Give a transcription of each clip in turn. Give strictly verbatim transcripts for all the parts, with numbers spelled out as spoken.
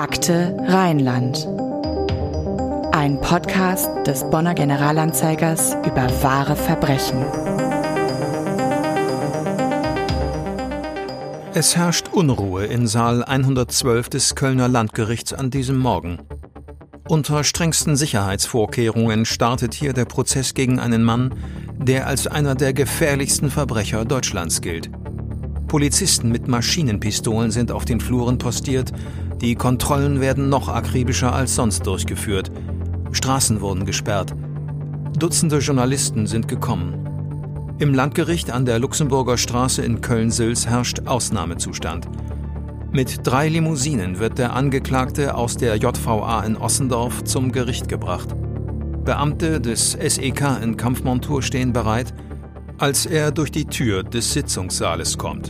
Akte Rheinland. Ein Podcast des Bonner Generalanzeigers über wahre Verbrechen. Es herrscht Unruhe in Saal hundertzwölf des Kölner Landgerichts an diesem Morgen. Unter strengsten Sicherheitsvorkehrungen startet hier der Prozess gegen einen Mann, der als einer der gefährlichsten Verbrecher Deutschlands gilt. Polizisten mit Maschinenpistolen sind auf den Fluren postiert, die Kontrollen werden noch akribischer als sonst durchgeführt. Straßen wurden gesperrt. Dutzende Journalisten sind gekommen. Im Landgericht an der Luxemburger Straße in Köln-Sils herrscht Ausnahmezustand. Mit drei Limousinen wird der Angeklagte aus der J V A in Ossendorf zum Gericht gebracht. Beamte des S E K in Kampfmontur stehen bereit, als er durch die Tür des Sitzungssaales kommt.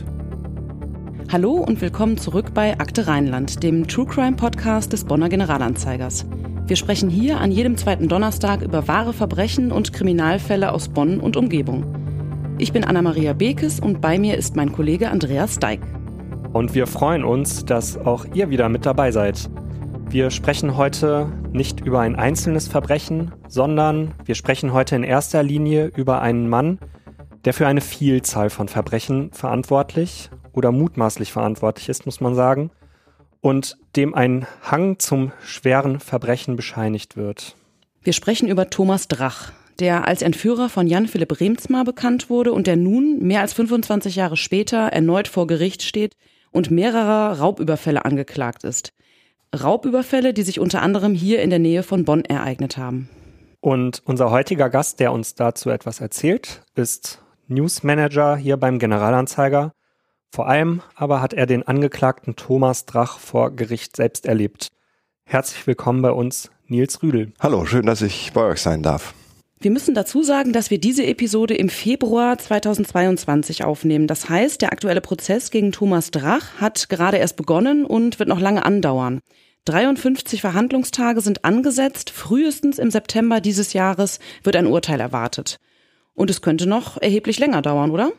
Hallo und willkommen zurück bei Akte Rheinland, dem True Crime Podcast des Bonner Generalanzeigers. Wir sprechen hier an jedem zweiten Donnerstag über wahre Verbrechen und Kriminalfälle aus Bonn und Umgebung. Ich bin Anna-Maria Bekes und bei mir ist mein Kollege Andreas Deik. Und wir freuen uns, dass auch ihr wieder mit dabei seid. Wir sprechen heute nicht über ein einzelnes Verbrechen, sondern wir sprechen heute in erster Linie über einen Mann, der für eine Vielzahl von Verbrechen verantwortlich oder mutmaßlich verantwortlich ist, muss man sagen, und dem ein Hang zum schweren Verbrechen bescheinigt wird. Wir sprechen über Thomas Drach, der als Entführer von Jan-Philipp Reemtsma bekannt wurde und der nun, mehr als fünfundzwanzig Jahre später, erneut vor Gericht steht und mehrerer Raubüberfälle angeklagt ist. Raubüberfälle, die sich unter anderem hier in der Nähe von Bonn ereignet haben. Und unser heutiger Gast, der uns dazu etwas erzählt, ist Newsmanager hier beim Generalanzeiger. Vor allem aber hat er den Angeklagten Thomas Drach vor Gericht selbst erlebt. Herzlich willkommen bei uns, Nils Rüdel. Hallo, schön, dass ich bei euch sein darf. Wir müssen dazu sagen, dass wir diese Episode im Februar zweitausendzweiundzwanzig aufnehmen. Das heißt, der aktuelle Prozess gegen Thomas Drach hat gerade erst begonnen und wird noch lange andauern. dreiundfünfzig Verhandlungstage sind angesetzt. Frühestens im September dieses Jahres wird ein Urteil erwartet. Und es könnte noch erheblich länger dauern, oder?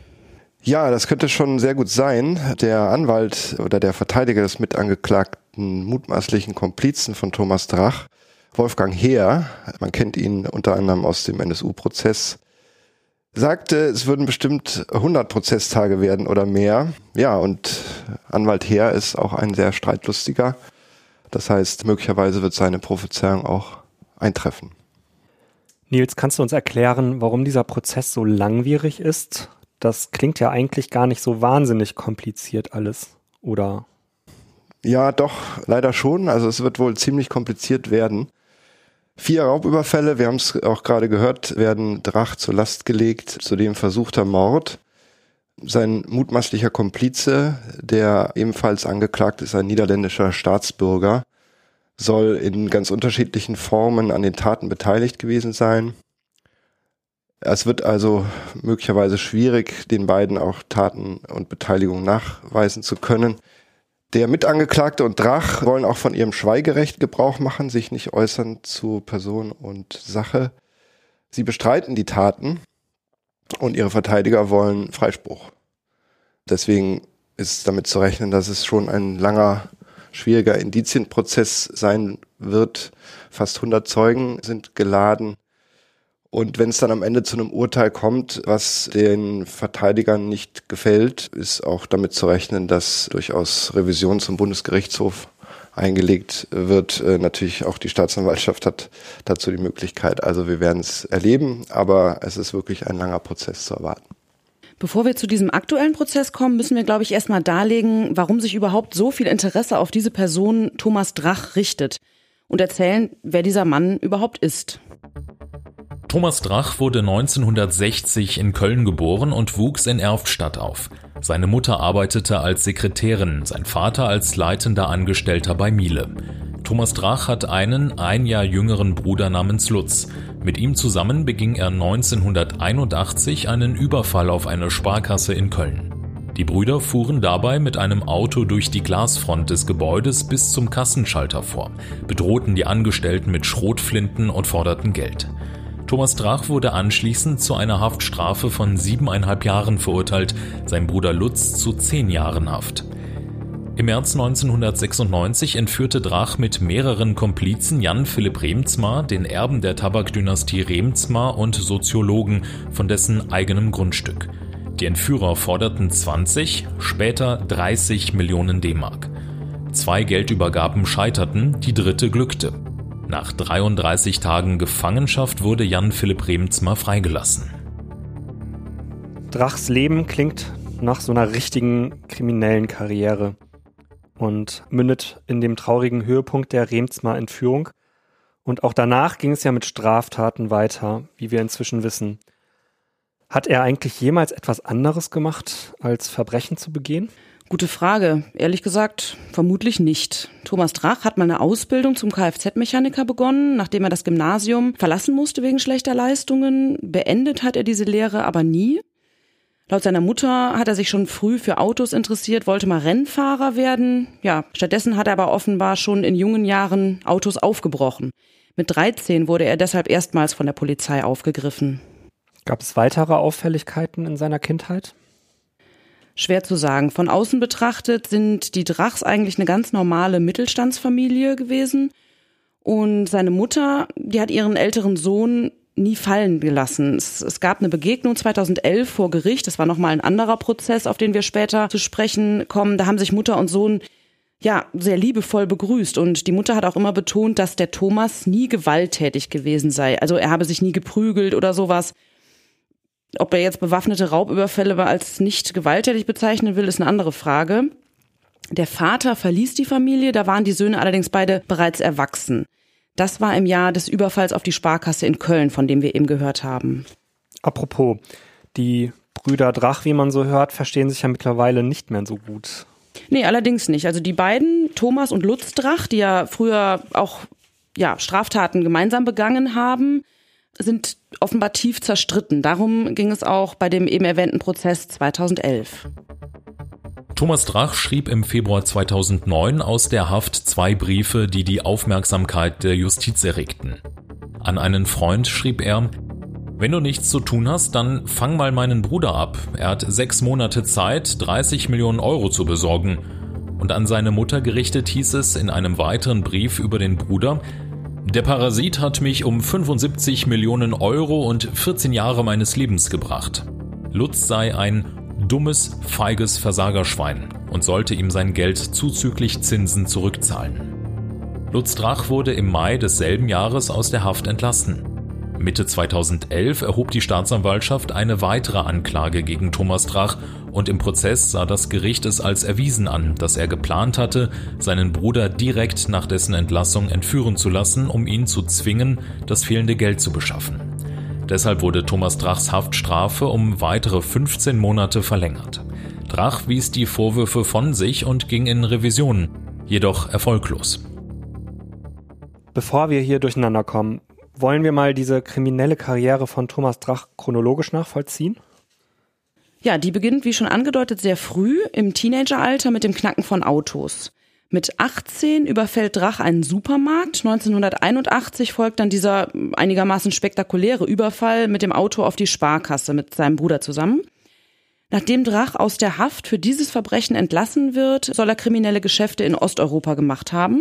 Ja, das könnte schon sehr gut sein. Der Anwalt oder der Verteidiger des mitangeklagten mutmaßlichen Komplizen von Thomas Drach, Wolfgang Heer, man kennt ihn unter anderem aus dem N S U-Prozess, sagte, es würden bestimmt hundert Prozesstage werden oder mehr. Ja, und Anwalt Heer ist auch ein sehr streitlustiger. Das heißt, möglicherweise wird seine Prophezeiung auch eintreffen. Nils, kannst du uns erklären, warum dieser Prozess so langwierig ist? Das klingt ja eigentlich gar nicht so wahnsinnig kompliziert alles, oder? Ja, doch, leider schon. Also es wird wohl ziemlich kompliziert werden. Vier Raubüberfälle, wir haben es auch gerade gehört, werden Drach zur Last gelegt, zudem versuchter Mord. Sein mutmaßlicher Komplize, der ebenfalls angeklagt ist, ein niederländischer Staatsbürger, soll in ganz unterschiedlichen Formen an den Taten beteiligt gewesen sein. Es wird also möglicherweise schwierig, den beiden auch Taten und Beteiligung nachweisen zu können. Der Mitangeklagte und Drach wollen auch von ihrem Schweigerecht Gebrauch machen, sich nicht äußern zu Person und Sache. Sie bestreiten die Taten und ihre Verteidiger wollen Freispruch. Deswegen ist damit zu rechnen, dass es schon ein langer, schwieriger Indizienprozess sein wird. Fast hundert Zeugen sind geladen. Und wenn es dann am Ende zu einem Urteil kommt, was den Verteidigern nicht gefällt, ist auch damit zu rechnen, dass durchaus Revision zum Bundesgerichtshof eingelegt wird. Äh, natürlich auch die Staatsanwaltschaft hat dazu die Möglichkeit. Also wir werden es erleben, aber es ist wirklich ein langer Prozess zu erwarten. Bevor wir zu diesem aktuellen Prozess kommen, müssen wir, glaube ich, erstmal darlegen, warum sich überhaupt so viel Interesse auf diese Person Thomas Drach richtet und erzählen, wer dieser Mann überhaupt ist. Thomas Drach wurde neunzehnhundertsechzig in Köln geboren und wuchs in Erftstadt auf. Seine Mutter arbeitete als Sekretärin, sein Vater als leitender Angestellter bei Miele. Thomas Drach hat einen ein Jahr jüngeren Bruder namens Lutz. Mit ihm zusammen beging er neunzehnhunderteinundachtzig einen Überfall auf eine Sparkasse in Köln. Die Brüder fuhren dabei mit einem Auto durch die Glasfront des Gebäudes bis zum Kassenschalter vor, bedrohten die Angestellten mit Schrotflinten und forderten Geld. Thomas Drach wurde anschließend zu einer Haftstrafe von siebeneinhalb Jahren verurteilt, sein Bruder Lutz zu zehn Jahren Haft. Im März neunzehnhundertsechsundneunzig entführte Drach mit mehreren Komplizen Jan Philipp Reemtsma, den Erben der Tabakdynastie Reemtsma und Soziologen, von dessen eigenem Grundstück. Die Entführer forderten zwanzig, später dreißig Millionen D-Mark. Zwei Geldübergaben scheiterten, die dritte glückte. Nach dreiunddreißig Tagen Gefangenschaft wurde Jan Philipp Reemtsma freigelassen. Drachs Leben klingt nach so einer richtigen kriminellen Karriere und mündet in dem traurigen Höhepunkt der Reemtsma-Entführung. Und auch danach ging es ja mit Straftaten weiter, wie wir inzwischen wissen. Hat er eigentlich jemals etwas anderes gemacht, als Verbrechen zu begehen? Gute Frage. Ehrlich gesagt, vermutlich nicht. Thomas Drach hat mal eine Ausbildung zum Kfz-Mechaniker begonnen, nachdem er das Gymnasium verlassen musste wegen schlechter Leistungen. Beendet hat er diese Lehre aber nie. Laut seiner Mutter hat er sich schon früh für Autos interessiert, wollte mal Rennfahrer werden. Ja, stattdessen hat er aber offenbar schon in jungen Jahren Autos aufgebrochen. Mit dreizehn wurde er deshalb erstmals von der Polizei aufgegriffen. Gab es weitere Auffälligkeiten in seiner Kindheit? Schwer zu sagen. Von außen betrachtet sind die Drachs eigentlich eine ganz normale Mittelstandsfamilie gewesen. Und seine Mutter, die hat ihren älteren Sohn nie fallen gelassen. Es, es gab eine Begegnung zweitausendelf vor Gericht. Das war nochmal ein anderer Prozess, auf den wir später zu sprechen kommen. Da haben sich Mutter und Sohn ja sehr liebevoll begrüßt. Und die Mutter hat auch immer betont, dass der Thomas nie gewalttätig gewesen sei. Also er habe sich nie geprügelt oder sowas. Ob er jetzt bewaffnete Raubüberfälle als nicht gewalttätig bezeichnen will, ist eine andere Frage. Der Vater verließ die Familie, da waren die Söhne allerdings beide bereits erwachsen. Das war im Jahr des Überfalls auf die Sparkasse in Köln, von dem wir eben gehört haben. Apropos, die Brüder Drach, wie man so hört, verstehen sich ja mittlerweile nicht mehr so gut. Nee, allerdings nicht. Also die beiden, Thomas und Lutz Drach, die ja früher auch ja, Straftaten gemeinsam begangen haben, sind offenbar tief zerstritten. Darum ging es auch bei dem eben erwähnten Prozess zweitausendelf. Thomas Drach schrieb im Februar zweitausendneun aus der Haft zwei Briefe, die die Aufmerksamkeit der Justiz erregten. An einen Freund schrieb er: Wenn du nichts zu tun hast, dann fang mal meinen Bruder ab. Er hat sechs Monate Zeit, dreißig Millionen Euro zu besorgen. Und an seine Mutter gerichtet hieß es in einem weiteren Brief über den Bruder: Der Parasit hat mich um fünfundsiebzig Millionen Euro und vierzehn Jahre meines Lebens gebracht. Lutz sei ein dummes, feiges Versagerschwein und sollte ihm sein Geld zuzüglich Zinsen zurückzahlen. Lutz Drach wurde im Mai desselben Jahres aus der Haft entlassen. Mitte zweitausendelf erhob die Staatsanwaltschaft eine weitere Anklage gegen Thomas Drach und im Prozess sah das Gericht es als erwiesen an, dass er geplant hatte, seinen Bruder direkt nach dessen Entlassung entführen zu lassen, um ihn zu zwingen, das fehlende Geld zu beschaffen. Deshalb wurde Thomas Drachs Haftstrafe um weitere fünfzehn Monate verlängert. Drach wies die Vorwürfe von sich und ging in Revision, jedoch erfolglos. Bevor wir hier durcheinander kommen, wollen wir mal diese kriminelle Karriere von Thomas Drach chronologisch nachvollziehen? Ja, die beginnt, wie schon angedeutet, sehr früh im Teenageralter mit dem Knacken von Autos. Mit achtzehn überfällt Drach einen Supermarkt. neunzehnhunderteinundachtzig folgt dann dieser einigermaßen spektakuläre Überfall mit dem Auto auf die Sparkasse mit seinem Bruder zusammen. Nachdem Drach aus der Haft für dieses Verbrechen entlassen wird, soll er kriminelle Geschäfte in Osteuropa gemacht haben.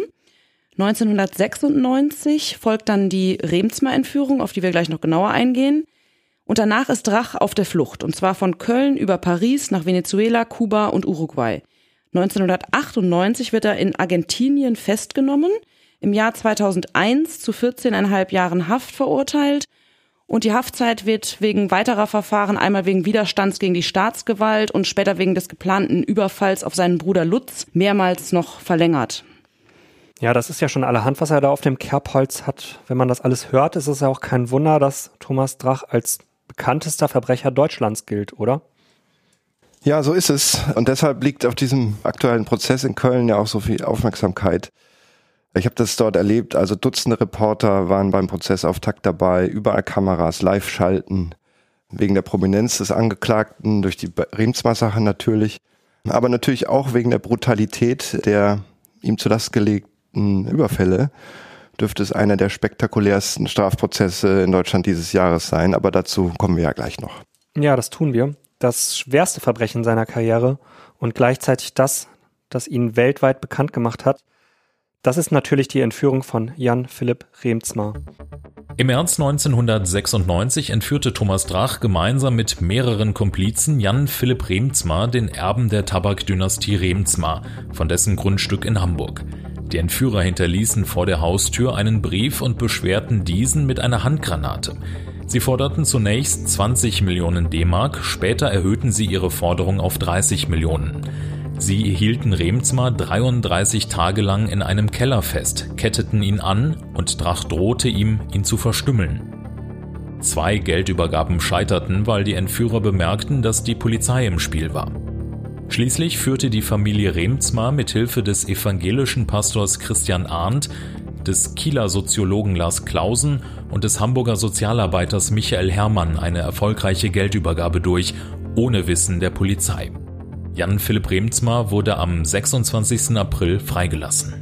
neunzehnhundertsechsundneunzig folgt dann die Reemtsma-Entführung, auf die wir gleich noch genauer eingehen. Und danach ist Drach auf der Flucht, und zwar von Köln über Paris nach Venezuela, Kuba und Uruguay. neunzehnhundertachtundneunzig wird er in Argentinien festgenommen, im Jahr zweitausendeins zu vierzehneinhalb Jahren Haft verurteilt. Und die Haftzeit wird wegen weiterer Verfahren, einmal wegen Widerstands gegen die Staatsgewalt und später wegen des geplanten Überfalls auf seinen Bruder Lutz, mehrmals noch verlängert. Ja, das ist ja schon allerhand, was er da auf dem Kerbholz hat. Wenn man das alles hört, ist es ja auch kein Wunder, dass Thomas Drach als bekanntester Verbrecher Deutschlands gilt, oder? Ja, so ist es. Und deshalb liegt auf diesem aktuellen Prozess in Köln ja auch so viel Aufmerksamkeit. Ich habe das dort erlebt, also Dutzende Reporter waren beim Prozessauftakt dabei, überall Kameras, Live-Schalten, wegen der Prominenz des Angeklagten, durch die Reemtsma-Sache natürlich, aber natürlich auch wegen der Brutalität der ihm zur Last gelegten Überfälle. Dürfte es einer der spektakulärsten Strafprozesse in Deutschland dieses Jahres sein, aber dazu kommen wir ja gleich noch. Ja, das tun wir. Das schwerste Verbrechen seiner Karriere und gleichzeitig das, das ihn weltweit bekannt gemacht hat. Das ist natürlich die Entführung von Jan Philipp Reemtsma. Im März neunzehnhundertsechsundneunzig entführte Thomas Drach gemeinsam mit mehreren Komplizen Jan Philipp Reemtsma, den Erben der Tabakdynastie Reemtsma, von dessen Grundstück in Hamburg. Die Entführer hinterließen vor der Haustür einen Brief und beschwerten diesen mit einer Handgranate. Sie forderten zunächst zwanzig Millionen D-Mark, später erhöhten sie ihre Forderung auf dreißig Millionen. Sie hielten Reemtsma dreiunddreißig Tage lang in einem Keller fest, ketteten ihn an und Drach drohte ihm, ihn zu verstümmeln. Zwei Geldübergaben scheiterten, weil die Entführer bemerkten, dass die Polizei im Spiel war. Schließlich führte die Familie Reemtsma mit Hilfe des evangelischen Pastors Christian Arndt, des Kieler Soziologen Lars Clausen und des Hamburger Sozialarbeiters Michael Herrmann eine erfolgreiche Geldübergabe durch, ohne Wissen der Polizei. Jan Philipp Reemtsma wurde am sechsundzwanzigsten April freigelassen.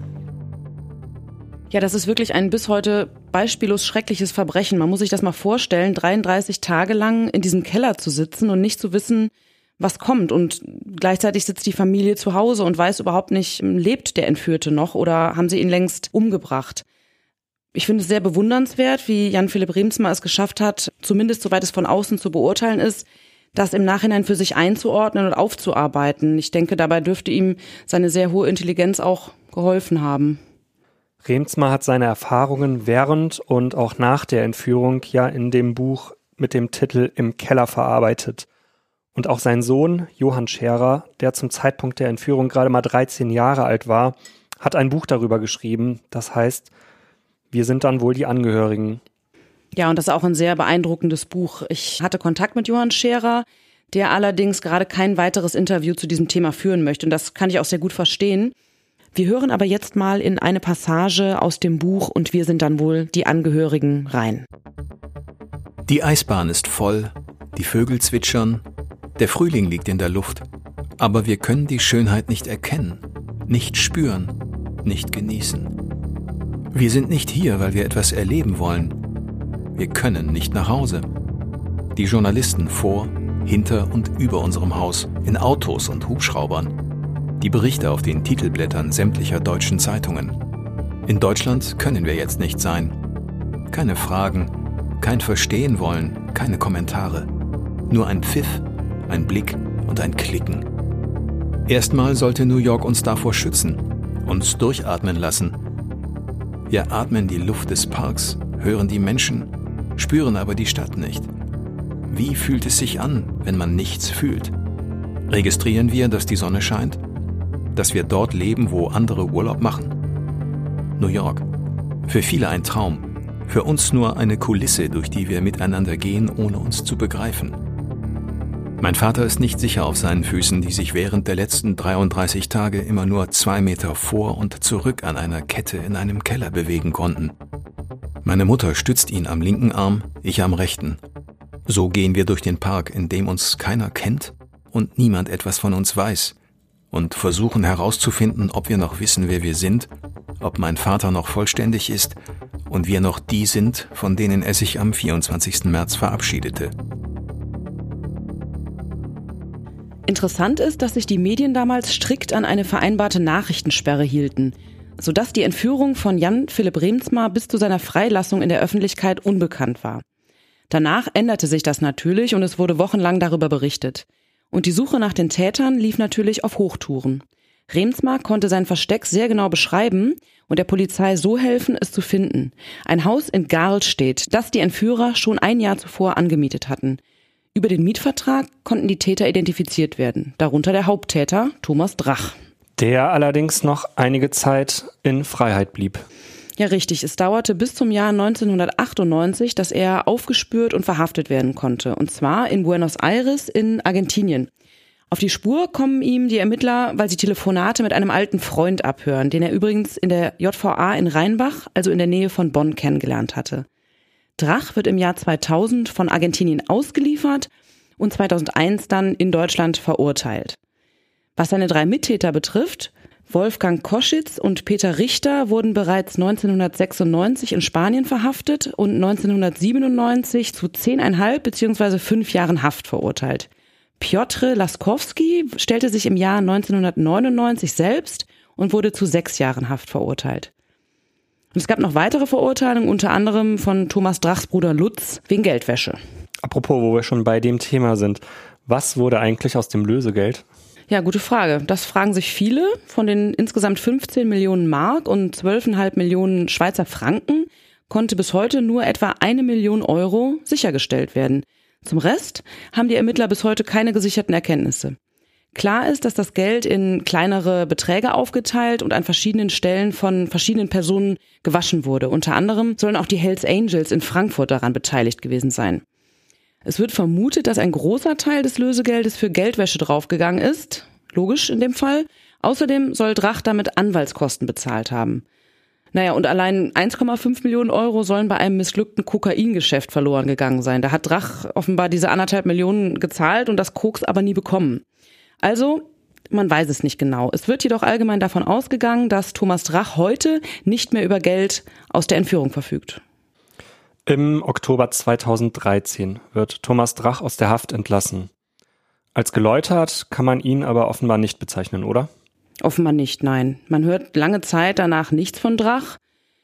Ja, das ist wirklich ein bis heute beispiellos schreckliches Verbrechen. Man muss sich das mal vorstellen, dreiunddreißig Tage lang in diesem Keller zu sitzen und nicht zu wissen, was kommt. Und gleichzeitig sitzt die Familie zu Hause und weiß überhaupt nicht, lebt der Entführte noch oder haben sie ihn längst umgebracht. Ich finde es sehr bewundernswert, wie Jan Philipp Reemtsma es geschafft hat, zumindest soweit es von außen zu beurteilen ist, das im Nachhinein für sich einzuordnen und aufzuarbeiten. Ich denke, dabei dürfte ihm seine sehr hohe Intelligenz auch geholfen haben. Reemtsma hat seine Erfahrungen während und auch nach der Entführung ja in dem Buch mit dem Titel Im Keller verarbeitet. Und auch sein Sohn Johann Scherer, der zum Zeitpunkt der Entführung gerade mal dreizehn Jahre alt war, hat ein Buch darüber geschrieben. Das heißt, wir sind dann wohl die Angehörigen. Ja, und das ist auch ein sehr beeindruckendes Buch. Ich hatte Kontakt mit Johann Scherer, der allerdings gerade kein weiteres Interview zu diesem Thema führen möchte. Und das kann ich auch sehr gut verstehen. Wir hören aber jetzt mal in eine Passage aus dem Buch Und wir sind dann wohl die Angehörigen rein. Die Eisbahn ist voll, die Vögel zwitschern, der Frühling liegt in der Luft. Aber wir können die Schönheit nicht erkennen, nicht spüren, nicht genießen. Wir sind nicht hier, weil wir etwas erleben wollen. Wir können nicht nach Hause. Die Journalisten vor, hinter und über unserem Haus, in Autos und Hubschraubern. Die Berichte auf den Titelblättern sämtlicher deutschen Zeitungen. In Deutschland können wir jetzt nicht sein. Keine Fragen, kein Verstehen wollen, keine Kommentare. Nur ein Pfiff, ein Blick und ein Klicken. Erstmal sollte New York uns davor schützen, uns durchatmen lassen. Wir atmen die Luft des Parks, hören die Menschen, spüren aber die Stadt nicht. Wie fühlt es sich an, wenn man nichts fühlt? Registrieren wir, dass die Sonne scheint? Dass wir dort leben, wo andere Urlaub machen? New York. Für viele ein Traum. Für uns nur eine Kulisse, durch die wir miteinander gehen, ohne uns zu begreifen. Mein Vater ist nicht sicher auf seinen Füßen, die sich während der letzten dreiunddreißig Tage immer nur zwei Meter vor und zurück an einer Kette in einem Keller bewegen konnten. Meine Mutter stützt ihn am linken Arm, ich am rechten. So gehen wir durch den Park, in dem uns keiner kennt und niemand etwas von uns weiß, und versuchen herauszufinden, ob wir noch wissen, wer wir sind, ob mein Vater noch vollständig ist und wir noch die sind, von denen er sich am vierundzwanzigsten März verabschiedete. Interessant ist, dass sich die Medien damals strikt an eine vereinbarte Nachrichtensperre hielten, sodass die Entführung von Jan Philipp Reemtsma bis zu seiner Freilassung in der Öffentlichkeit unbekannt war. Danach änderte sich das natürlich und es wurde wochenlang darüber berichtet. Und die Suche nach den Tätern lief natürlich auf Hochtouren. Reemtsma konnte sein Versteck sehr genau beschreiben und der Polizei so helfen, es zu finden. Ein Haus in Garlstedt, das die Entführer schon ein Jahr zuvor angemietet hatten. Über den Mietvertrag konnten die Täter identifiziert werden, darunter der Haupttäter Thomas Drach. Der allerdings noch einige Zeit in Freiheit blieb. Ja, richtig. Es dauerte bis zum Jahr neunzehnhundertachtundneunzig, dass er aufgespürt und verhaftet werden konnte. Und zwar in Buenos Aires in Argentinien. Auf die Spur kommen ihm die Ermittler, weil sie Telefonate mit einem alten Freund abhören, den er übrigens in der J V A in Rheinbach, also in der Nähe von Bonn, kennengelernt hatte. Drach wird im Jahr zweitausend von Argentinien ausgeliefert und zweitausendeins dann in Deutschland verurteilt. Was seine drei Mittäter betrifft, Wolfgang Koschitz und Peter Richter wurden bereits neunzehnhundertsechsundneunzig in Spanien verhaftet und neunzehnhundertsiebenundneunzig zu zehneinhalb bzw. fünf Jahren Haft verurteilt. Piotr Laskowski stellte sich im Jahr neunzehnhundertneunundneunzig selbst und wurde zu sechs Jahren Haft verurteilt. Und es gab noch weitere Verurteilungen, unter anderem von Thomas Drachs Bruder Lutz wegen Geldwäsche. Apropos, wo wir schon bei dem Thema sind, was wurde eigentlich aus dem Lösegeld? Ja, gute Frage. Das fragen sich viele. Von den insgesamt fünfzehn Millionen Mark und zwölf Komma fünf Millionen Schweizer Franken konnte bis heute nur etwa eine Million Euro sichergestellt werden. Zum Rest haben die Ermittler bis heute keine gesicherten Erkenntnisse. Klar ist, dass das Geld in kleinere Beträge aufgeteilt und an verschiedenen Stellen von verschiedenen Personen gewaschen wurde. Unter anderem sollen auch die Hells Angels in Frankfurt daran beteiligt gewesen sein. Es wird vermutet, dass ein großer Teil des Lösegeldes für Geldwäsche draufgegangen ist. Logisch in dem Fall. Außerdem soll Drach damit Anwaltskosten bezahlt haben. Naja, und allein eins Komma fünf Millionen Euro sollen bei einem missglückten Kokaingeschäft verloren gegangen sein. Da hat Drach offenbar diese anderthalb Millionen gezahlt und das Koks aber nie bekommen. Also, man weiß es nicht genau. Es wird jedoch allgemein davon ausgegangen, dass Thomas Drach heute nicht mehr über Geld aus der Entführung verfügt. Im Oktober zweitausenddreizehn wird Thomas Drach aus der Haft entlassen. Als geläutert kann man ihn aber offenbar nicht bezeichnen, oder? Offenbar nicht, nein. Man hört lange Zeit danach nichts von Drach.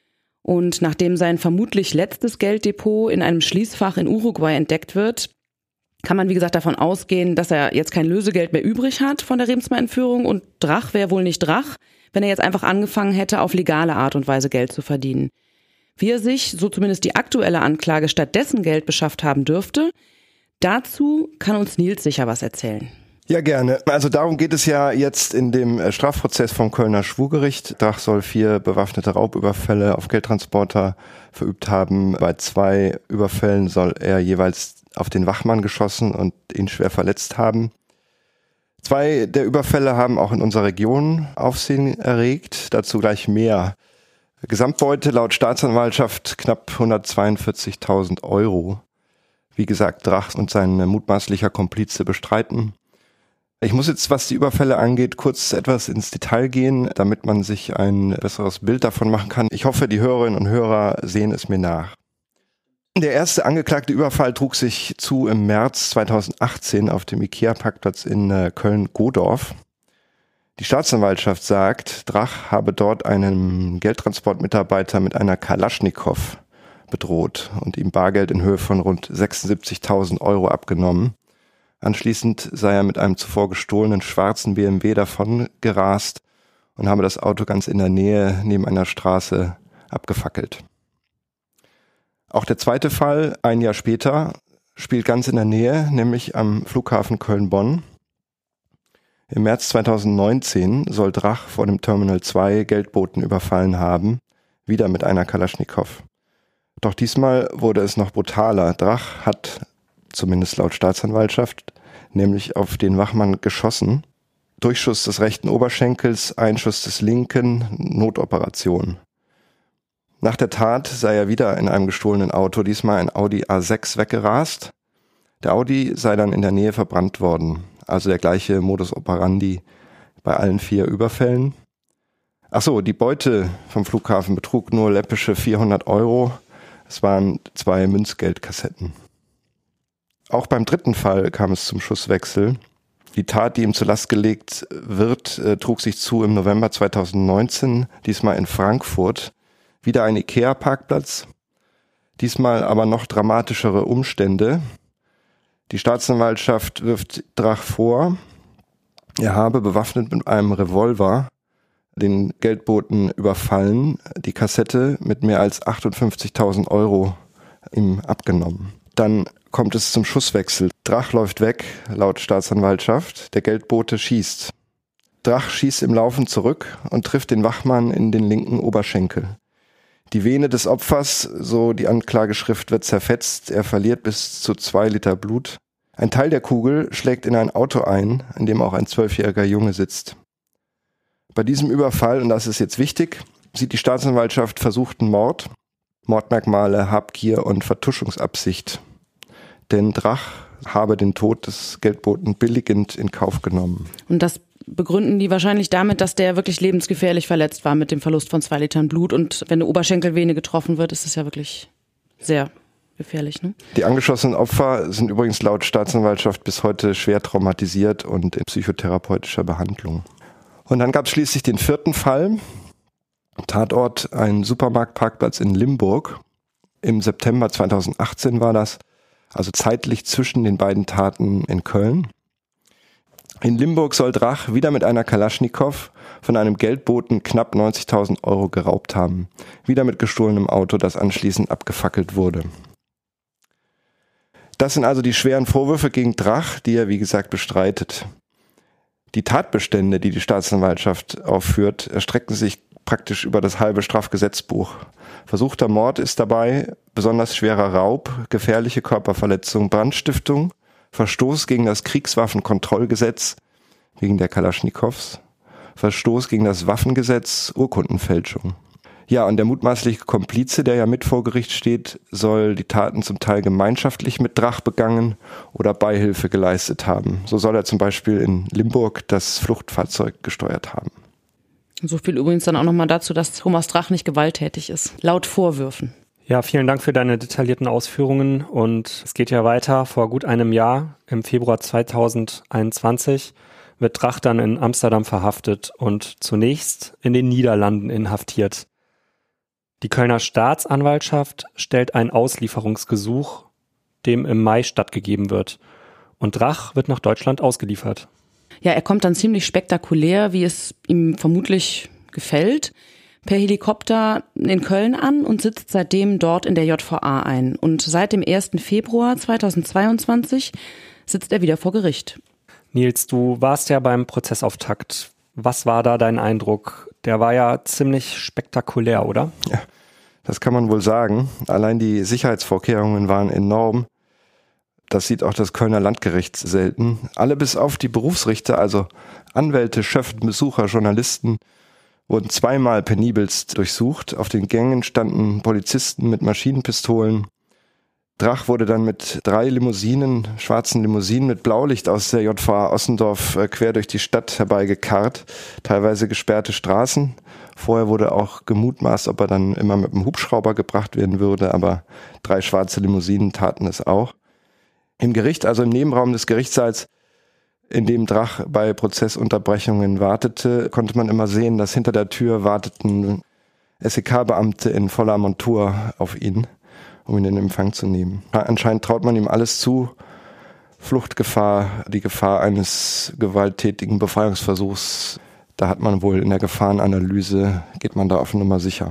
Und nachdem sein vermutlich letztes Gelddepot in einem Schließfach in Uruguay entdeckt wird, kann man wie gesagt davon ausgehen, dass er jetzt kein Lösegeld mehr übrig hat von der Remsmar-Entführung. Und Drach wäre wohl nicht Drach, wenn er jetzt einfach angefangen hätte, auf legale Art und Weise Geld zu verdienen. Wie er sich, so zumindest die aktuelle Anklage, stattdessen Geld beschafft haben dürfte, dazu kann uns Nils sicher was erzählen. Ja, gerne. Also darum geht es ja jetzt in dem Strafprozess vom Kölner Schwurgericht. Drach soll vier bewaffnete Raubüberfälle auf Geldtransporter verübt haben. Bei zwei Überfällen soll er jeweils auf den Wachmann geschossen und ihn schwer verletzt haben. Zwei der Überfälle haben auch in unserer Region Aufsehen erregt. Dazu gleich mehr. Gesamtbeute laut Staatsanwaltschaft knapp hundertzweiundvierzigtausend Euro. Wie gesagt, Drach und sein mutmaßlicher Komplize bestreiten. Ich muss jetzt, was die Überfälle angeht, kurz etwas ins Detail gehen, damit man sich ein besseres Bild davon machen kann. Ich hoffe, die Hörerinnen und Hörer sehen es mir nach. Der erste angeklagte Überfall trug sich zu im März zweitausendachtzehn auf dem IKEA-Parkplatz in Köln-Godorf. Die Staatsanwaltschaft sagt, Drach habe dort einen Geldtransportmitarbeiter mit einer Kalaschnikow bedroht und ihm Bargeld in Höhe von rund sechsundsiebzigtausend Euro abgenommen. Anschließend sei er mit einem zuvor gestohlenen schwarzen B M W davon gerast und habe das Auto ganz in der Nähe neben einer Straße abgefackelt. Auch der zweite Fall, ein Jahr später, spielt ganz in der Nähe, nämlich am Flughafen Köln-Bonn. Im März zweitausendneunzehn soll Drach vor dem Terminal zwei Geldboten überfallen haben, wieder mit einer Kalaschnikow. Doch diesmal wurde es noch brutaler. Drach hat, zumindest laut Staatsanwaltschaft, nämlich auf den Wachmann geschossen. Durchschuss des rechten Oberschenkels, Einschuss des linken, Notoperation. Nach der Tat sei er wieder in einem gestohlenen Auto, diesmal ein Audi A sechs, weggerast. Der Audi sei dann in der Nähe verbrannt worden. Also der gleiche Modus operandi bei allen vier Überfällen. Ach so, die Beute vom Flughafen betrug nur läppische vierhundert Euro. Es waren zwei Münzgeldkassetten. Auch beim dritten Fall kam es zum Schusswechsel. Die Tat, die ihm zur Last gelegt wird, äh, trug sich zu im November zweitausendneunzehn, diesmal in Frankfurt. Wieder ein IKEA-Parkplatz, diesmal aber noch dramatischere Umstände. Die Staatsanwaltschaft wirft Drach vor, er habe bewaffnet mit einem Revolver den Geldboten überfallen, die Kassette mit mehr als achtundfünfzigtausend Euro ihm abgenommen. Dann kommt es zum Schusswechsel. Drach läuft weg, laut Staatsanwaltschaft. Der Geldbote schießt. Drach schießt im Laufen zurück und trifft den Wachmann in den linken Oberschenkel. Die Vene des Opfers, so die Anklageschrift, wird zerfetzt. Er verliert bis zu zwei Liter Blut. Ein Teil der Kugel schlägt in ein Auto ein, in dem auch ein zwölfjähriger Junge sitzt. Bei diesem Überfall, und das ist jetzt wichtig, sieht die Staatsanwaltschaft versuchten Mord, Mordmerkmale, Habgier und Vertuschungsabsicht. Denn Drach habe den Tod des Geldboten billigend in Kauf genommen. Und das begründen die wahrscheinlich damit, dass der wirklich lebensgefährlich verletzt war mit dem Verlust von zwei Litern Blut. Und wenn eine Oberschenkelvene getroffen wird, ist es ja wirklich sehr gefährlich, ne? Die angeschossenen Opfer sind übrigens laut Staatsanwaltschaft bis heute schwer traumatisiert und in psychotherapeutischer Behandlung. Und dann gab es schließlich den vierten Fall. Tatort, ein Supermarktparkplatz in Limburg. Im September zweitausendachtzehn war das, also zeitlich zwischen den beiden Taten in Köln. In Limburg soll Drach wieder mit einer Kalaschnikow von einem Geldboten knapp neunzigtausend Euro geraubt haben. Wieder mit gestohlenem Auto, das anschließend abgefackelt wurde. Das sind also die schweren Vorwürfe gegen Drach, die er wie gesagt bestreitet. Die Tatbestände, die die Staatsanwaltschaft aufführt, erstrecken sich praktisch über das halbe Strafgesetzbuch. Versuchter Mord ist dabei, besonders schwerer Raub, gefährliche Körperverletzung, Brandstiftung, Verstoß gegen das Kriegswaffenkontrollgesetz wegen der Kalaschnikows, Verstoß gegen das Waffengesetz, Urkundenfälschung. Ja, und der mutmaßliche Komplize, der ja mit vor Gericht steht, soll die Taten zum Teil gemeinschaftlich mit Drach begangen oder Beihilfe geleistet haben. So soll er zum Beispiel in Limburg das Fluchtfahrzeug gesteuert haben. So viel übrigens dann auch nochmal dazu, dass Thomas Drach nicht gewalttätig ist, laut Vorwürfen. Ja, vielen Dank für deine detaillierten Ausführungen und es geht ja weiter. Vor gut einem Jahr, im Februar zweitausendeinundzwanzig, wird Drach dann in Amsterdam verhaftet und zunächst in den Niederlanden inhaftiert. Die Kölner Staatsanwaltschaft stellt ein Auslieferungsgesuch, dem im Mai stattgegeben wird. Und Drach wird nach Deutschland ausgeliefert. Ja, er kommt dann ziemlich spektakulär, wie es ihm vermutlich gefällt, per Helikopter in Köln an und sitzt seitdem dort in der J V A ein. Und seit dem ersten Februar zweitausendzweiundzwanzig sitzt er wieder vor Gericht. Nils, du warst ja beim Prozessauftakt. Was war da dein Eindruck? Der war ja ziemlich spektakulär, oder? Ja, das kann man wohl sagen. Allein die Sicherheitsvorkehrungen waren enorm. Das sieht auch das Kölner Landgericht selten. Alle bis auf die Berufsrichter, also Anwälte, Schöffen, Besucher, Journalisten, wurden zweimal penibelst durchsucht. Auf den Gängen standen Polizisten mit Maschinenpistolen. Drach wurde dann mit drei Limousinen, schwarzen Limousinen mit Blaulicht aus der J V A Ossendorf quer durch die Stadt herbeigekarrt, teilweise gesperrte Straßen. Vorher wurde auch gemutmaßt, ob er dann immer mit dem Hubschrauber gebracht werden würde, aber drei schwarze Limousinen taten es auch. Im Gericht, also im Nebenraum des Gerichtssaals, in dem Drach bei Prozessunterbrechungen wartete, konnte man immer sehen, dass hinter der Tür warteten S E K-Beamte in voller Montur auf ihn, um ihn in Empfang zu nehmen. Anscheinend traut man ihm alles zu. Fluchtgefahr, die Gefahr eines gewalttätigen Befreiungsversuchs, da hat man wohl in der Gefahrenanalyse, geht man da auf Nummer sicher.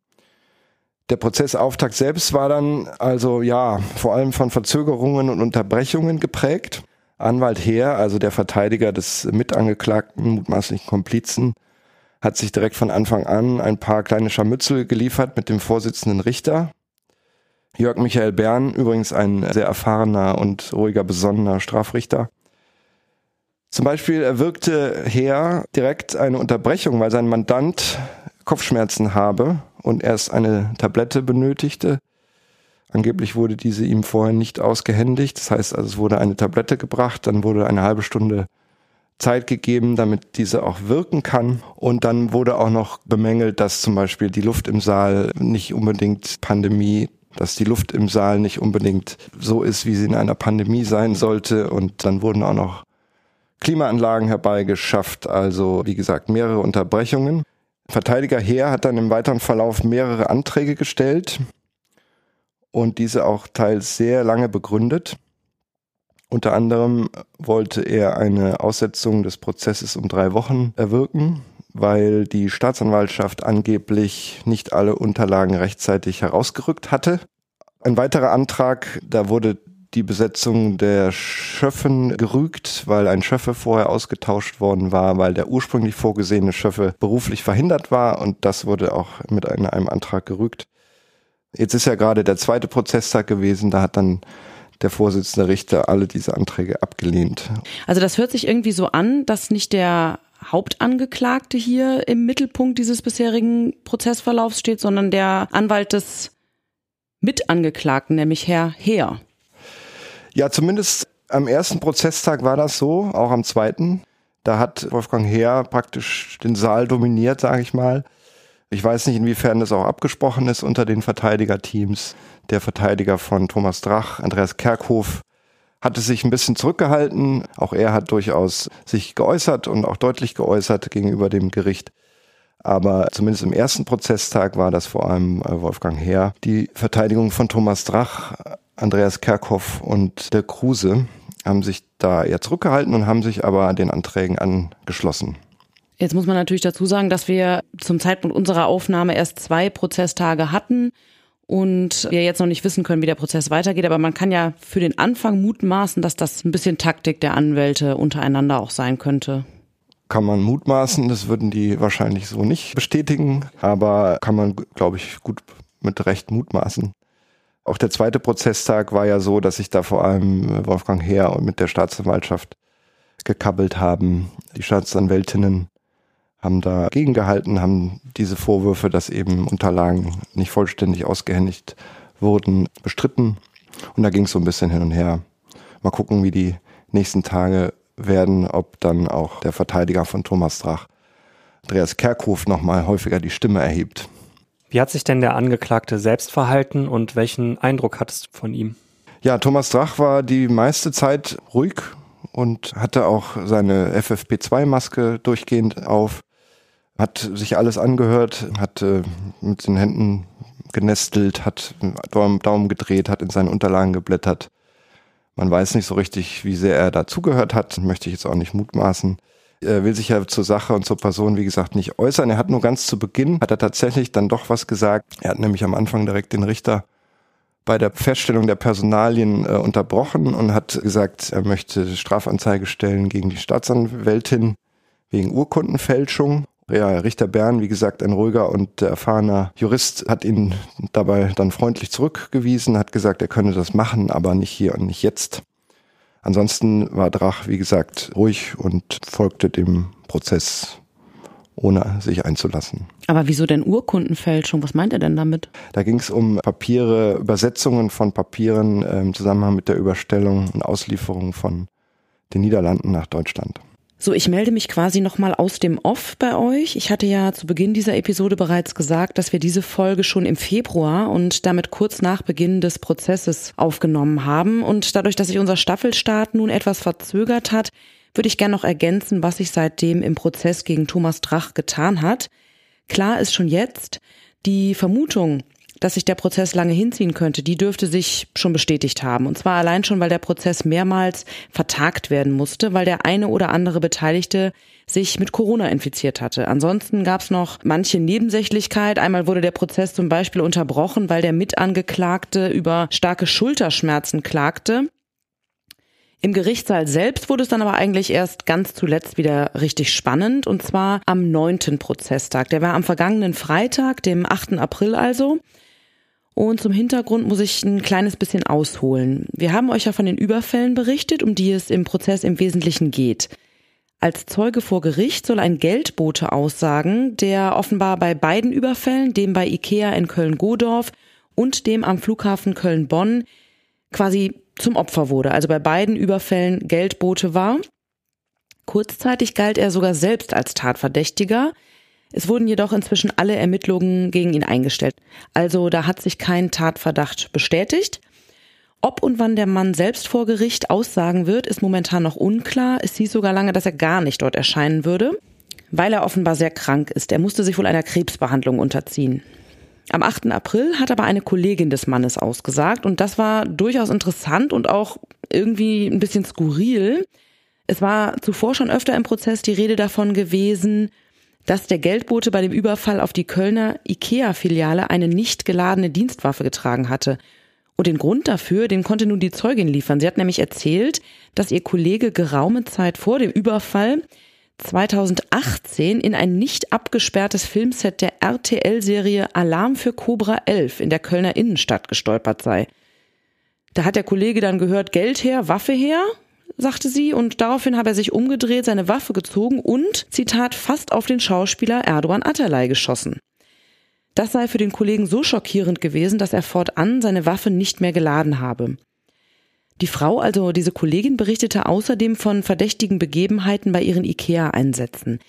Der Prozessauftakt selbst war dann also ja vor allem von Verzögerungen und Unterbrechungen geprägt. Anwalt Heer, also der Verteidiger des Mitangeklagten, mutmaßlichen Komplizen, hat sich direkt von Anfang an ein paar kleine Scharmützel geliefert mit dem Vorsitzenden Richter. Jörg Michael Bern, übrigens ein sehr erfahrener und ruhiger, besonnener Strafrichter. Zum Beispiel erwirkte Heer direkt eine Unterbrechung, weil sein Mandant Kopfschmerzen habe und erst eine Tablette benötigte. Angeblich wurde diese ihm vorher nicht ausgehändigt. Das heißt, also es wurde eine Tablette gebracht, dann wurde eine halbe Stunde Zeit gegeben, damit diese auch wirken kann. Und dann wurde auch noch bemängelt, dass zum Beispiel die Luft im Saal nicht unbedingt Pandemie, dass die Luft im Saal nicht unbedingt so ist, wie sie in einer Pandemie sein sollte. Und dann wurden auch noch Klimaanlagen herbeigeschafft, also wie gesagt mehrere Unterbrechungen. Verteidiger Heer hat dann im weiteren Verlauf mehrere Anträge gestellt und diese auch teils sehr lange begründet. Unter anderem wollte er eine Aussetzung des Prozesses um drei Wochen erwirken, weil die Staatsanwaltschaft angeblich nicht alle Unterlagen rechtzeitig herausgerückt hatte. Ein weiterer Antrag, da wurde die Besetzung der Schöffen gerügt, weil ein Schöffe vorher ausgetauscht worden war, weil der ursprünglich vorgesehene Schöffe beruflich verhindert war und das wurde auch mit einem Antrag gerügt. Jetzt ist ja gerade der zweite Prozesstag gewesen, da hat dann der Vorsitzende Richter alle diese Anträge abgelehnt. Also das hört sich irgendwie so an, dass nicht der Hauptangeklagte hier im Mittelpunkt dieses bisherigen Prozessverlaufs steht, sondern der Anwalt des Mitangeklagten, nämlich Herr Heer. Ja, zumindest am ersten Prozesstag war das so, auch am zweiten. Da hat Wolfgang Heer praktisch den Saal dominiert, sage ich mal. Ich weiß nicht, inwiefern das auch abgesprochen ist unter den Verteidigerteams. Der Verteidiger von Thomas Drach, Andreas Kerkhoff, hatte sich ein bisschen zurückgehalten. Auch er hat durchaus sich geäußert und auch deutlich geäußert gegenüber dem Gericht. Aber zumindest im ersten Prozesstag war das vor allem Wolfgang Heer. Die Verteidigung von Thomas Drach, Andreas Kerkhoff und Dirk Kruse haben sich da eher zurückgehalten und haben sich aber den Anträgen angeschlossen. Jetzt muss man natürlich dazu sagen, dass wir zum Zeitpunkt unserer Aufnahme erst zwei Prozesstage hatten und wir jetzt noch nicht wissen können, wie der Prozess weitergeht. Aber man kann ja für den Anfang mutmaßen, dass das ein bisschen Taktik der Anwälte untereinander auch sein könnte. Kann man mutmaßen, das würden die wahrscheinlich so nicht bestätigen, aber kann man, glaube ich, gut mit Recht mutmaßen. Auch der zweite Prozesstag war ja so, dass sich da vor allem Wolfgang Heer und mit der Staatsanwaltschaft gekabbelt haben. Die Staatsanwältinnen haben da gegengehalten, haben diese Vorwürfe, dass eben Unterlagen nicht vollständig ausgehändigt wurden, bestritten. Und da ging es so ein bisschen hin und her. Mal gucken, wie die nächsten Tage werden, ob dann auch der Verteidiger von Thomas Drach, Andreas Kerkhoff, nochmal häufiger die Stimme erhebt. Wie hat sich denn der Angeklagte selbst verhalten und welchen Eindruck hattest du von ihm? Ja, Thomas Drach war die meiste Zeit ruhig und hatte auch seine F F P zwei Maske durchgehend auf, hat sich alles angehört, hat äh, mit den Händen genestelt, hat Daumen gedreht, hat in seinen Unterlagen geblättert. Man weiß nicht so richtig, wie sehr er dazugehört hat, möchte ich jetzt auch nicht mutmaßen. Er will sich ja zur Sache und zur Person, wie gesagt, nicht äußern. Er hat nur ganz zu Beginn, hat er tatsächlich dann doch was gesagt. Er hat nämlich am Anfang direkt den Richter bei der Feststellung der Personalien äh, unterbrochen und hat gesagt, er möchte Strafanzeige stellen gegen die Staatsanwältin wegen Urkundenfälschung. Ja, Richter Bern, wie gesagt, ein ruhiger und erfahrener Jurist, hat ihn dabei dann freundlich zurückgewiesen, hat gesagt, er könne das machen, aber nicht hier und nicht jetzt. Ansonsten war Drach, wie gesagt, ruhig und folgte dem Prozess, ohne sich einzulassen. Aber wieso denn Urkundenfälschung? Was meint er denn damit? Da ging es um Papiere, Übersetzungen von Papieren äh, im Zusammenhang mit der Überstellung und Auslieferung von den Niederlanden nach Deutschland. So, ich melde mich quasi nochmal aus dem Off bei euch. Ich hatte ja zu Beginn dieser Episode bereits gesagt, dass wir diese Folge schon im Februar und damit kurz nach Beginn des Prozesses aufgenommen haben. Und dadurch, dass sich unser Staffelstart nun etwas verzögert hat, würde ich gerne noch ergänzen, was sich seitdem im Prozess gegen Thomas Drach getan hat. Klar ist schon jetzt, die Vermutung, dass sich der Prozess lange hinziehen könnte, die dürfte sich schon bestätigt haben. Und zwar allein schon, weil der Prozess mehrmals vertagt werden musste, weil der eine oder andere Beteiligte sich mit Corona infiziert hatte. Ansonsten gab es noch manche Nebensächlichkeit. Einmal wurde der Prozess zum Beispiel unterbrochen, weil der Mitangeklagte über starke Schulterschmerzen klagte. Im Gerichtssaal selbst wurde es dann aber eigentlich erst ganz zuletzt wieder richtig spannend, und zwar am neunten Prozesstag. Der war am vergangenen Freitag, dem achten April also. Und zum Hintergrund muss ich ein kleines bisschen ausholen. Wir haben euch ja von den Überfällen berichtet, um die es im Prozess im Wesentlichen geht. Als Zeuge vor Gericht soll ein Geldbote aussagen, der offenbar bei beiden Überfällen, dem bei Ikea in Köln-Godorf und dem am Flughafen Köln-Bonn, quasi zum Opfer wurde, also bei beiden Überfällen Geldbote war. Kurzzeitig galt er sogar selbst als Tatverdächtiger. Es wurden jedoch inzwischen alle Ermittlungen gegen ihn eingestellt. Also da hat sich kein Tatverdacht bestätigt. Ob und wann der Mann selbst vor Gericht aussagen wird, ist momentan noch unklar. Es hieß sogar lange, dass er gar nicht dort erscheinen würde, weil er offenbar sehr krank ist. Er musste sich wohl einer Krebsbehandlung unterziehen. Am achten April hat aber eine Kollegin des Mannes ausgesagt und das war durchaus interessant und auch irgendwie ein bisschen skurril. Es war zuvor schon öfter im Prozess die Rede davon gewesen, dass der Geldbote bei dem Überfall auf die Kölner Ikea-Filiale eine nicht geladene Dienstwaffe getragen hatte. Und den Grund dafür, den konnte nun die Zeugin liefern. Sie hat nämlich erzählt, dass ihr Kollege geraume Zeit vor dem Überfall zweitausendachtzehn in ein nicht abgesperrtes Filmset der R T L-Serie Alarm für Cobra elf in der Kölner Innenstadt gestolpert sei. Da hat der Kollege dann gehört, Geld her, Waffe her, sagte sie, und daraufhin habe er sich umgedreht, seine Waffe gezogen und, Zitat, fast auf den Schauspieler Erdoğan Atalay geschossen. Das sei für den Kollegen so schockierend gewesen, dass er fortan seine Waffe nicht mehr geladen habe. Die Frau, also diese Kollegin, berichtete außerdem von verdächtigen Begebenheiten bei ihren Ikea-Einsätzen.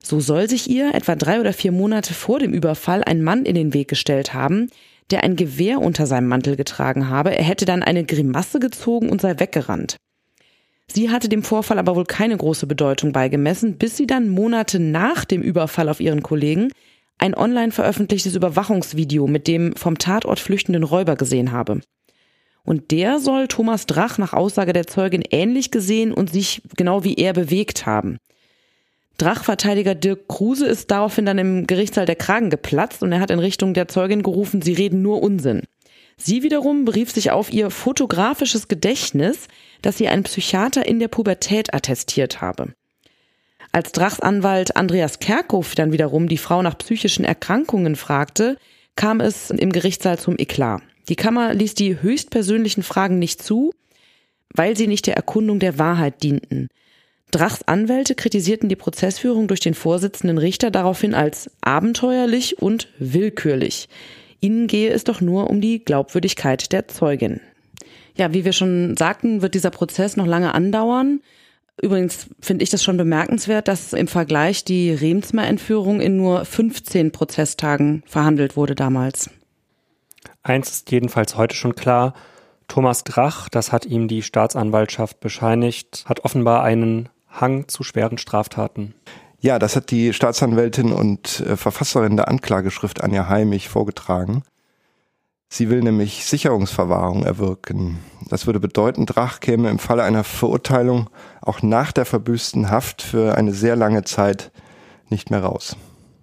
So soll sich ihr etwa drei oder vier Monate vor dem Überfall ein Mann in den Weg gestellt haben, der ein Gewehr unter seinem Mantel getragen habe. Er hätte dann eine Grimasse gezogen und sei weggerannt. Sie hatte dem Vorfall aber wohl keine große Bedeutung beigemessen, bis sie dann Monate nach dem Überfall auf ihren Kollegen ein online veröffentlichtes Überwachungsvideo mit dem vom Tatort flüchtenden Räuber gesehen habe. Und der soll Thomas Drach nach Aussage der Zeugin ähnlich gesehen und sich genau wie er bewegt haben. Drach-Verteidiger Dirk Kruse ist daraufhin dann im Gerichtssaal der Kragen geplatzt und er hat in Richtung der Zeugin gerufen, sie reden nur Unsinn. Sie wiederum berief sich auf ihr fotografisches Gedächtnis, dass sie einen Psychiater in der Pubertät attestiert habe. Als Drachs Anwalt Andreas Kerkhoff dann wiederum die Frau nach psychischen Erkrankungen fragte, kam es im Gerichtssaal zum Eklat. Die Kammer ließ die höchstpersönlichen Fragen nicht zu, weil sie nicht der Erkundung der Wahrheit dienten. Drachs Anwälte kritisierten die Prozessführung durch den Vorsitzenden Richter daraufhin als abenteuerlich und willkürlich. Ihnen gehe es doch nur um die Glaubwürdigkeit der Zeugin. Ja, wie wir schon sagten, wird dieser Prozess noch lange andauern. Übrigens finde ich das schon bemerkenswert, dass im Vergleich die Remsmar-Entführung in nur fünfzehn Prozesstagen verhandelt wurde damals. Eins ist jedenfalls heute schon klar: Thomas Drach, das hat ihm die Staatsanwaltschaft bescheinigt, hat offenbar einen Hang zu schweren Straftaten. Ja, das hat die Staatsanwältin und äh, Verfasserin der Anklageschrift Anja Heimich vorgetragen. Sie will nämlich Sicherungsverwahrung erwirken. Das würde bedeuten, Drach käme im Falle einer Verurteilung auch nach der verbüßten Haft für eine sehr lange Zeit nicht mehr raus.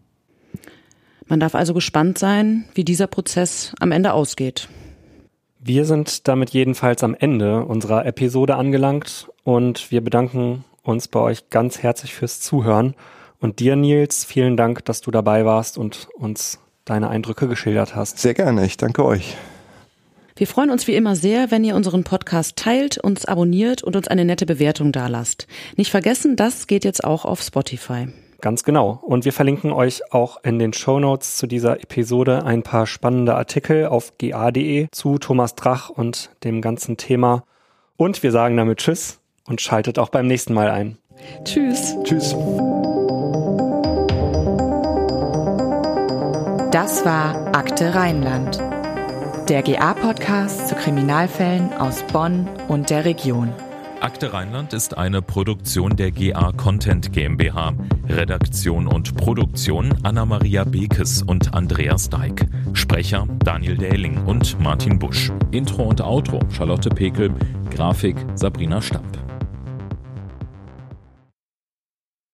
Man darf also gespannt sein, wie dieser Prozess am Ende ausgeht. Wir sind damit jedenfalls am Ende unserer Episode angelangt und wir bedanken uns bei euch ganz herzlich fürs Zuhören. Und dir, Nils, vielen Dank, dass du dabei warst und uns deine Eindrücke geschildert hast. Sehr gerne, ich danke euch. Wir freuen uns wie immer sehr, wenn ihr unseren Podcast teilt, uns abonniert und uns eine nette Bewertung dalasst. Nicht vergessen, das geht jetzt auch auf Spotify. Ganz genau. Und wir verlinken euch auch in den Shownotes zu dieser Episode ein paar spannende Artikel auf g a punkt d e zu Thomas Drach und dem ganzen Thema. Und wir sagen damit Tschüss und schaltet auch beim nächsten Mal ein. Tschüss. Tschüss. Das war Akte Rheinland, der G A-Podcast zu Kriminalfällen aus Bonn und der Region. Akte Rheinland ist eine Produktion der G A Content GmbH. Redaktion und Produktion Anna-Maria Bekes und Andreas Dijk. Sprecher Daniel Dähling und Martin Busch. Intro und Outro Charlotte Pekel. Grafik Sabrina Stamp.